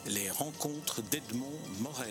Les rencontres d'Edmond Morel.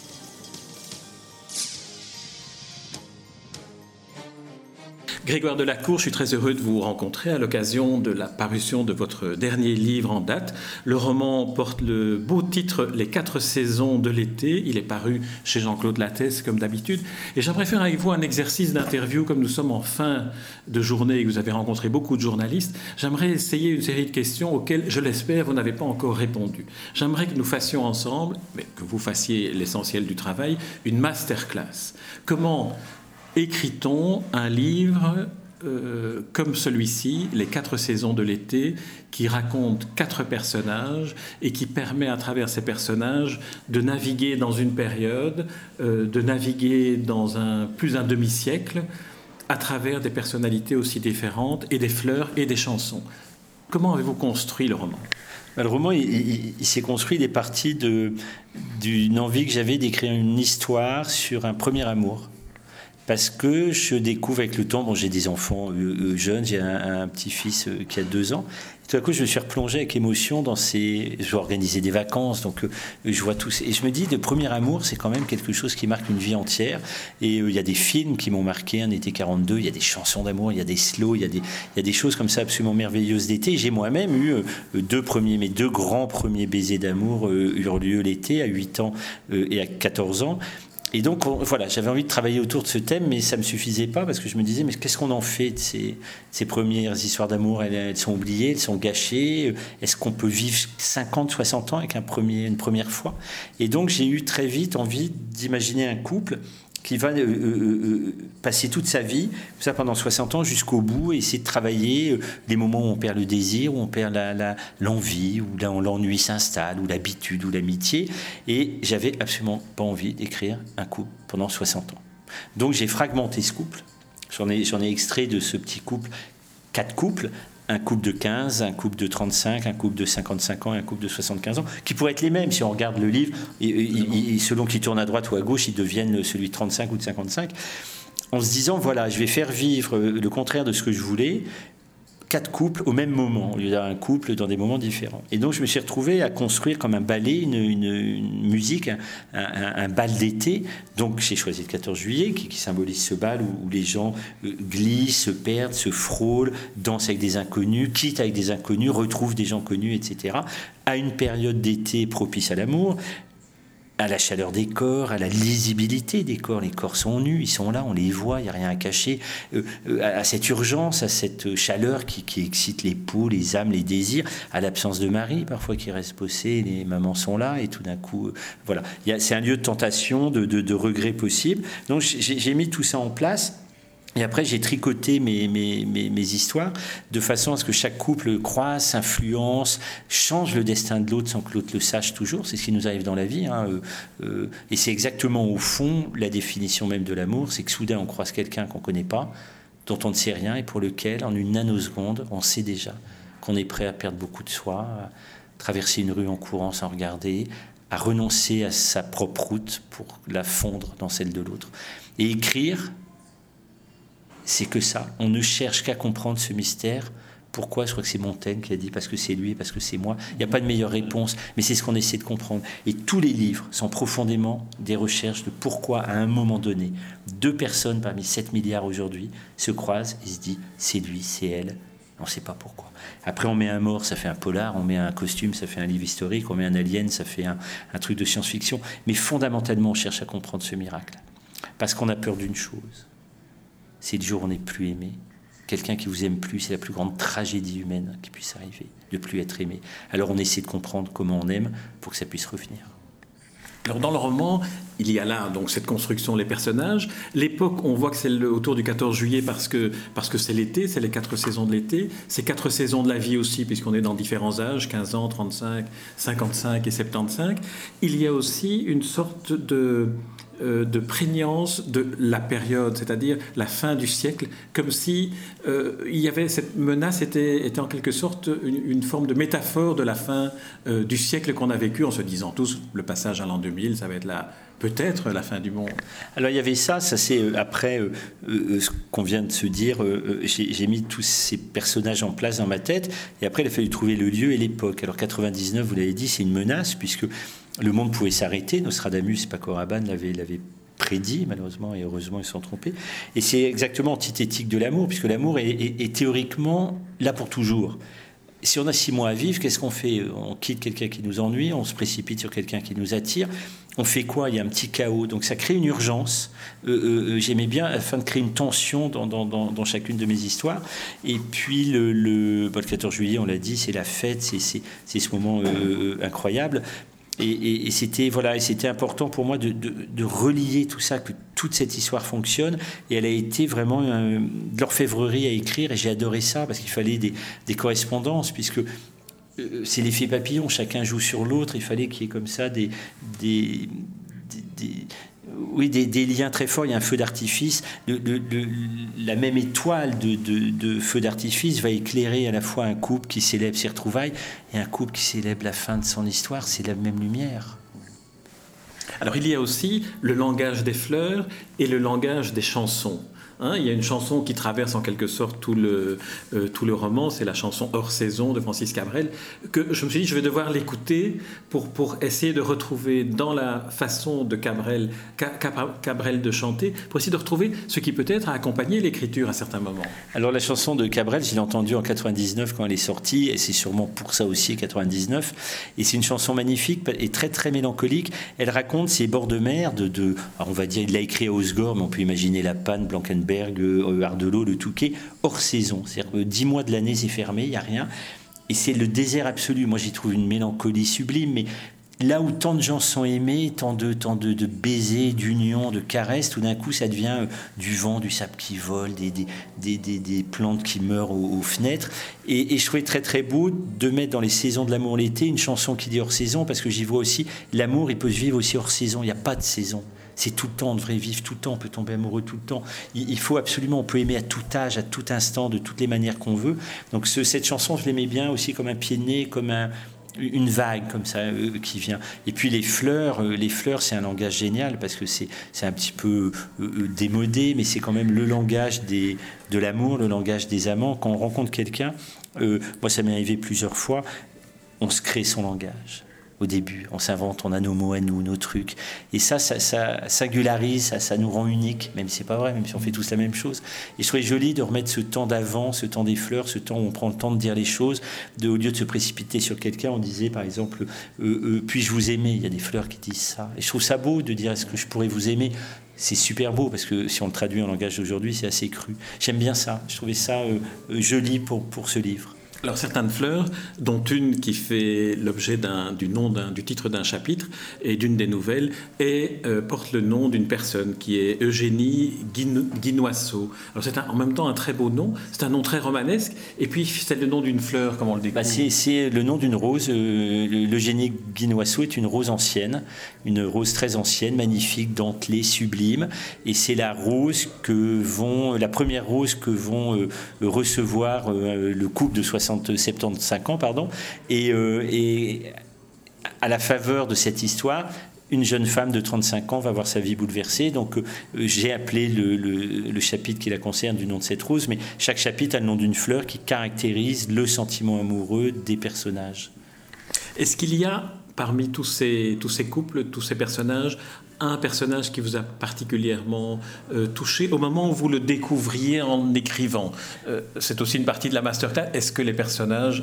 Grégoire Delacour, je suis très heureux de vous rencontrer à l'occasion de la parution de votre dernier livre en date. Le roman porte le beau titre « Les 4 saisons de l'été ». Il est paru chez Jean-Claude Lattès, comme d'habitude. Et j'aimerais faire avec vous un exercice d'interview, comme nous sommes en fin de journée et que vous avez rencontré beaucoup de journalistes. J'aimerais essayer une série de questions auxquelles, je l'espère, vous n'avez pas encore répondu. J'aimerais que nous fassions ensemble, mais que vous fassiez l'essentiel du travail, une masterclass. Comment écrit-on un livre comme celui-ci, Les 4 saisons de l'été, qui raconte 4 personnages et qui permet à travers ces personnages de naviguer dans une période, de naviguer dans plus d'un demi-siècle à travers des personnalités aussi différentes et des fleurs et des chansons. Comment avez-vous construit le roman ? Le roman, il s'est construit des parties d'une envie que j'avais d'écrire une histoire sur un premier amour. Parce que je découvre avec le temps, j'ai des enfants jeunes, j'ai un petit-fils qui a 2 ans. Et tout à coup, je me suis replongé avec émotion dans je vais organiser des vacances, donc je vois tout. Et je me dis, le premier amour, c'est quand même quelque chose qui marque une vie entière. Et il y a des films qui m'ont marqué, Un été 42, il y a des chansons d'amour, il y a des slows, il y a des choses comme ça absolument merveilleuses d'été. J'ai moi-même eu mes 2 grands premiers baisers d'amour eurent lieu l'été, à 8 ans et à 14 ans. Et donc, voilà, j'avais envie de travailler autour de ce thème, mais ça ne me suffisait pas parce que je me disais, mais qu'est-ce qu'on en fait de ces premières histoires d'amour ? Elles sont oubliées, elles sont gâchées. Est-ce qu'on peut vivre 50, 60 ans avec une première fois ? Et donc, j'ai eu très vite envie d'imaginer un couple qui va passer toute sa vie, ça pendant 60 ans jusqu'au bout, et essayer de travailler les moments où on perd le désir, où on perd l'envie, où l'ennui s'installe, où l'habitude, où l'amitié. Et j'avais absolument pas envie d'écrire un couple pendant 60 ans. Donc j'ai fragmenté ce couple. J'en ai extrait de ce petit couple 4 couples. Un couple de 15, un couple de 35, un couple de 55 ans et un couple de 75 ans, qui pourraient être les mêmes si on regarde le livre, et selon qu'ils tournent à droite ou à gauche, ils deviennent celui de 35 ou de 55, en se disant, voilà, je vais faire vivre le contraire de ce que je voulais, 4 couples au même moment, au lieu d'avoir un couple dans des moments différents. Et donc je me suis retrouvé à construire comme un ballet, une musique, un bal d'été. Donc j'ai choisi le 14 juillet qui symbolise ce bal où les gens glissent, se perdent, se frôlent, dansent avec des inconnus, quittent avec des inconnus, retrouvent des gens connus, etc. À une période d'été propice à l'amour, à la chaleur des corps, à la lisibilité des corps. Les corps sont nus, ils sont là, on les voit, il n'y a rien à cacher. À cette urgence, à cette chaleur qui excite les peaux, les âmes, les désirs, à l'absence de mari, parfois qui reste bossé, les mamans sont là, et tout d'un coup, voilà. C'est un lieu de tentation, de regret possible. Donc j'ai mis tout ça en place. Et après, j'ai tricoté mes histoires de façon à ce que chaque couple croise, s'influence, change le destin de l'autre sans que l'autre le sache toujours. C'est ce qui nous arrive dans la vie. Et c'est exactement, au fond, la définition même de l'amour. C'est que soudain, on croise quelqu'un qu'on ne connaît pas, dont on ne sait rien, et pour lequel, en une nanoseconde, on sait déjà qu'on est prêt à perdre beaucoup de soi, à traverser une rue en courant sans regarder, à renoncer à sa propre route pour la fondre dans celle de l'autre. Et écrire, c'est que ça. On ne cherche qu'à comprendre ce mystère. Pourquoi ? Je crois que c'est Montaigne qui a dit, parce que c'est lui, parce que c'est moi. Il n'y a pas de meilleure réponse, mais c'est ce qu'on essaie de comprendre. Et tous les livres sont profondément des recherches de pourquoi, à un moment donné, 2 personnes parmi 7 milliards aujourd'hui se croisent et se disent, c'est lui, c'est elle. On ne sait pas pourquoi. Après, on met un mort, ça fait un polar. On met un costume, ça fait un livre historique. On met un alien, ça fait un truc de science-fiction. Mais fondamentalement, on cherche à comprendre ce miracle. Parce qu'on a peur d'une chose. C'est le jour où on n'est plus aimé. Quelqu'un qui vous aime plus, c'est la plus grande tragédie humaine qui puisse arriver, de plus être aimé. Alors on essaie de comprendre comment on aime pour que ça puisse revenir. Alors dans le roman, il y a là donc cette construction, les personnages. L'époque, on voit que c'est autour du 14 juillet parce que c'est l'été, c'est les 4 saisons de l'été. C'est 4 saisons de la vie aussi, puisqu'on est dans différents âges, 15 ans, 35, 55 et 75. Il y a aussi une sorte de prégnance de la période, c'est-à-dire la fin du siècle, comme si il y avait cette menace était en quelque sorte une forme de métaphore de la fin du siècle qu'on a vécu, en se disant tous le passage à l'an 2000, ça va être peut-être la fin du monde. Alors il y avait ça c'est après ce qu'on vient de se dire, j'ai mis tous ces personnages en place dans ma tête, et après il a fallu trouver le lieu et l'époque. Alors 99, vous l'avez dit, c'est une menace, puisque le monde pouvait s'arrêter. Nostradamus, Paco Rabanne l'avait prédit, malheureusement, et heureusement ils se sont trompés. Et c'est exactement antithétique de l'amour, puisque l'amour est théoriquement là pour toujours. Si on a 6 mois à vivre, qu'est-ce qu'on fait? On quitte quelqu'un qui nous ennuie, on se précipite sur quelqu'un qui nous attire. On fait quoi? Il y a un petit chaos. Donc ça crée une urgence. J'aimais bien, afin de créer une tension dans chacune de mes histoires. Et puis le 14 juillet, on l'a dit, c'est la fête, c'est ce moment incroyable. Et c'était important pour moi de relier tout ça, que toute cette histoire fonctionne. Et elle a été vraiment de l'orfèvrerie à écrire. Et j'ai adoré ça, parce qu'il fallait des correspondances, puisque c'est l'effet papillon. Chacun joue sur l'autre. Il fallait qu'il y ait comme ça des liens très forts. Il y a un feu d'artifice. La même étoile de feu d'artifice va éclairer à la fois un couple qui célèbre ses retrouvailles et un couple qui célèbre la fin de son histoire. C'est la même lumière. Alors il y a aussi le langage des fleurs et le langage des chansons. Il y a une chanson qui traverse en quelque sorte tout le roman, c'est la chanson Hors saison de Francis Cabrel, que je me suis dit je vais devoir l'écouter pour essayer de retrouver dans la façon de Cabrel de chanter, pour essayer de retrouver ce qui peut-être a accompagné l'écriture à certains moments. Alors la chanson de Cabrel, je l'ai entendue en 99 quand elle est sortie, et c'est sûrement pour ça aussi 99, et c'est une chanson magnifique et très très mélancolique. Elle raconte ces bords de mer alors on va dire, il l'a écrit à Osgore, mais on peut imaginer La Panne, Blankenberg, Ardelot, le Touquet, hors saison. C'est-à-dire 10 mois de l'année, c'est fermé, il n'y a rien. Et c'est le désert absolu. Moi, j'y trouve une mélancolie sublime, mais là où tant de gens sont aimés, tant de baisers, d'unions, de caresses, tout d'un coup, ça devient du vent, du sable qui vole, des plantes qui meurent aux fenêtres. Et je trouvais très très beau de mettre dans les saisons de l'amour l'été une chanson qui dit hors saison, parce que j'y vois aussi, l'amour, il peut se vivre aussi hors saison. Il n'y a pas de saison. C'est tout le temps, on devrait vivre tout le temps, on peut tomber amoureux tout le temps. Il faut absolument, on peut aimer à tout âge, à tout instant, de toutes les manières qu'on veut. Donc cette chanson, je l'aimais bien aussi comme un pied de nez, comme une vague comme ça qui vient. Et puis les fleurs, c'est un langage génial, parce que c'est un petit peu démodé, mais c'est quand même le langage de l'amour, le langage des amants. Quand on rencontre quelqu'un, moi ça m'est arrivé plusieurs fois, on se crée son langage. Au début, on s'invente, on a nos mots à nous, nos trucs. Et ça singularise, ça nous rend unique, même si c'est pas vrai, même si on fait tous la même chose. Et je trouvais joli de remettre ce temps d'avant, ce temps des fleurs, ce temps où on prend le temps de dire les choses, au lieu de se précipiter sur quelqu'un, on disait par exemple, puis-je vous aimer? Il y a des fleurs qui disent ça. Et je trouve ça beau de dire, est-ce que je pourrais vous aimer? C'est super beau, parce que si on le traduit en langage d'aujourd'hui, c'est assez cru. J'aime bien ça, je trouvais ça joli pour ce livre. Alors certaines fleurs, dont une qui fait l'objet du titre d'un chapitre et d'une des nouvelles, porte le nom d'une personne qui est Eugénie Guinoisseau. Alors c'est en même temps un très beau nom, c'est un nom très romanesque, et puis c'est le nom d'une fleur, comment on le découvre? C'est le nom d'une rose. L'Eugénie Guinoisseau est une rose ancienne, une rose très ancienne, magnifique, dentelée, sublime, et c'est la première rose que vont recevoir le couple de 75 ans, et à la faveur de cette histoire, une jeune femme de 35 ans va voir sa vie bouleversée. Donc j'ai appelé le chapitre qui la concerne du nom de cette rose, mais chaque chapitre a le nom d'une fleur qui caractérise le sentiment amoureux des personnages. Est-ce qu'il y a, parmi tous ces couples, tous ces personnages, un personnage qui vous a particulièrement touché au moment où vous le découvriez en écrivant? C'est aussi une partie de la masterclass. Est-ce que les personnages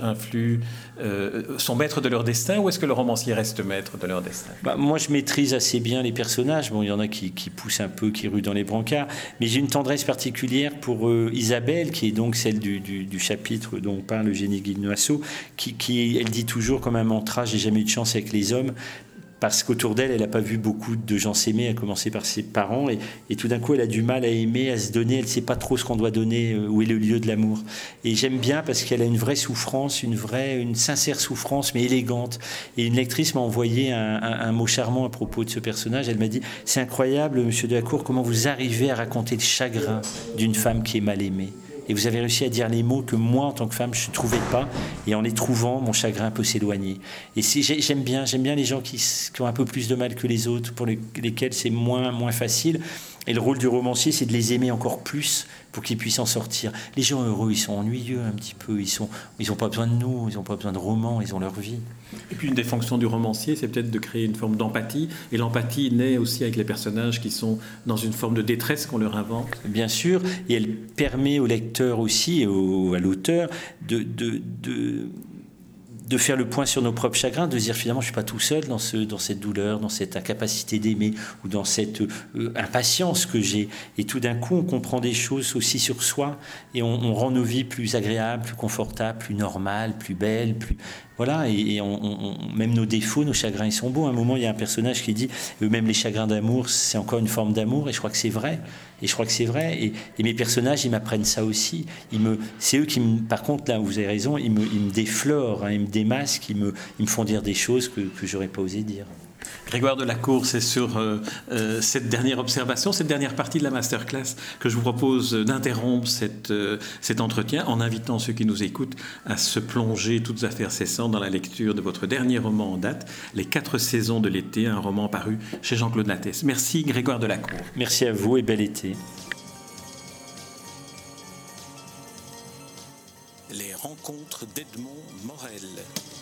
sont maîtres de leur destin, ou est-ce que le romancier reste maître de leur destin? Moi, je maîtrise assez bien les personnages. Bon, il y en a qui poussent un peu, qui ruent dans les brancards, mais j'ai une tendresse particulière pour Isabelle, qui est donc celle du chapitre dont parle Eugénie Guinoisseau, qui elle dit toujours comme un mantra: j'ai jamais eu de chance avec les hommes. Parce qu'autour d'elle, elle n'a pas vu beaucoup de gens s'aimer, à commencer par ses parents, et tout d'un coup, elle a du mal à aimer, à se donner, elle ne sait pas trop ce qu'on doit donner, où est le lieu de l'amour. Et j'aime bien parce qu'elle a une vraie souffrance, une sincère souffrance, mais élégante. Et une lectrice m'a envoyé un mot charmant à propos de ce personnage. Elle m'a dit: c'est incroyable, monsieur Delacour, comment vous arrivez à raconter le chagrin d'une femme qui est mal aimée. Et vous avez réussi à dire les mots que moi, en tant que femme, je ne trouvais pas. Et en les trouvant, mon chagrin peut s'éloigner. Et j'aime bien les gens qui ont un peu plus de mal que les autres, pour lesquels c'est moins facile. Et le rôle du romancier, c'est de les aimer encore plus pour qu'ils puissent en sortir. Les gens heureux, ils sont ennuyeux un petit peu. Ils ont pas besoin de nous, ils n'ont pas besoin de romans, ils ont leur vie. Et puis une des fonctions du romancier, c'est peut-être de créer une forme d'empathie. Et l'empathie naît aussi avec les personnages qui sont dans une forme de détresse qu'on leur invente. Bien sûr, et elle permet au lecteur aussi, et à l'auteur, de faire le point sur nos propres chagrins, de se dire finalement je ne suis pas tout seul dans cette douleur, dans cette incapacité d'aimer ou dans cette impatience que j'ai. Et tout d'un coup, on comprend des choses aussi sur soi et on rend nos vies plus agréables, plus confortables, plus normales, plus belles. Voilà, et même nos défauts, nos chagrins, ils sont beaux. À un moment, il y a un personnage qui dit même les chagrins d'amour, c'est encore une forme d'amour, et je crois que c'est vrai. Et mes personnages, ils m'apprennent ça aussi. C'est eux qui par contre, là, vous avez raison, ils me déflorent, hein, ils me démasquent, ils me font dire des choses que j'aurais pas osé dire. Grégoire Delacour, c'est sur cette dernière observation, cette dernière partie de la masterclass que je vous propose d'interrompre cet entretien en invitant ceux qui nous écoutent à se plonger toutes affaires cessantes dans la lecture de votre dernier roman en date, Les 4 saisons de l'été, un roman paru chez Jean-Claude Lattès. Merci Grégoire Delacour. Merci à vous et bel été. Les rencontres d'Edmond Morel.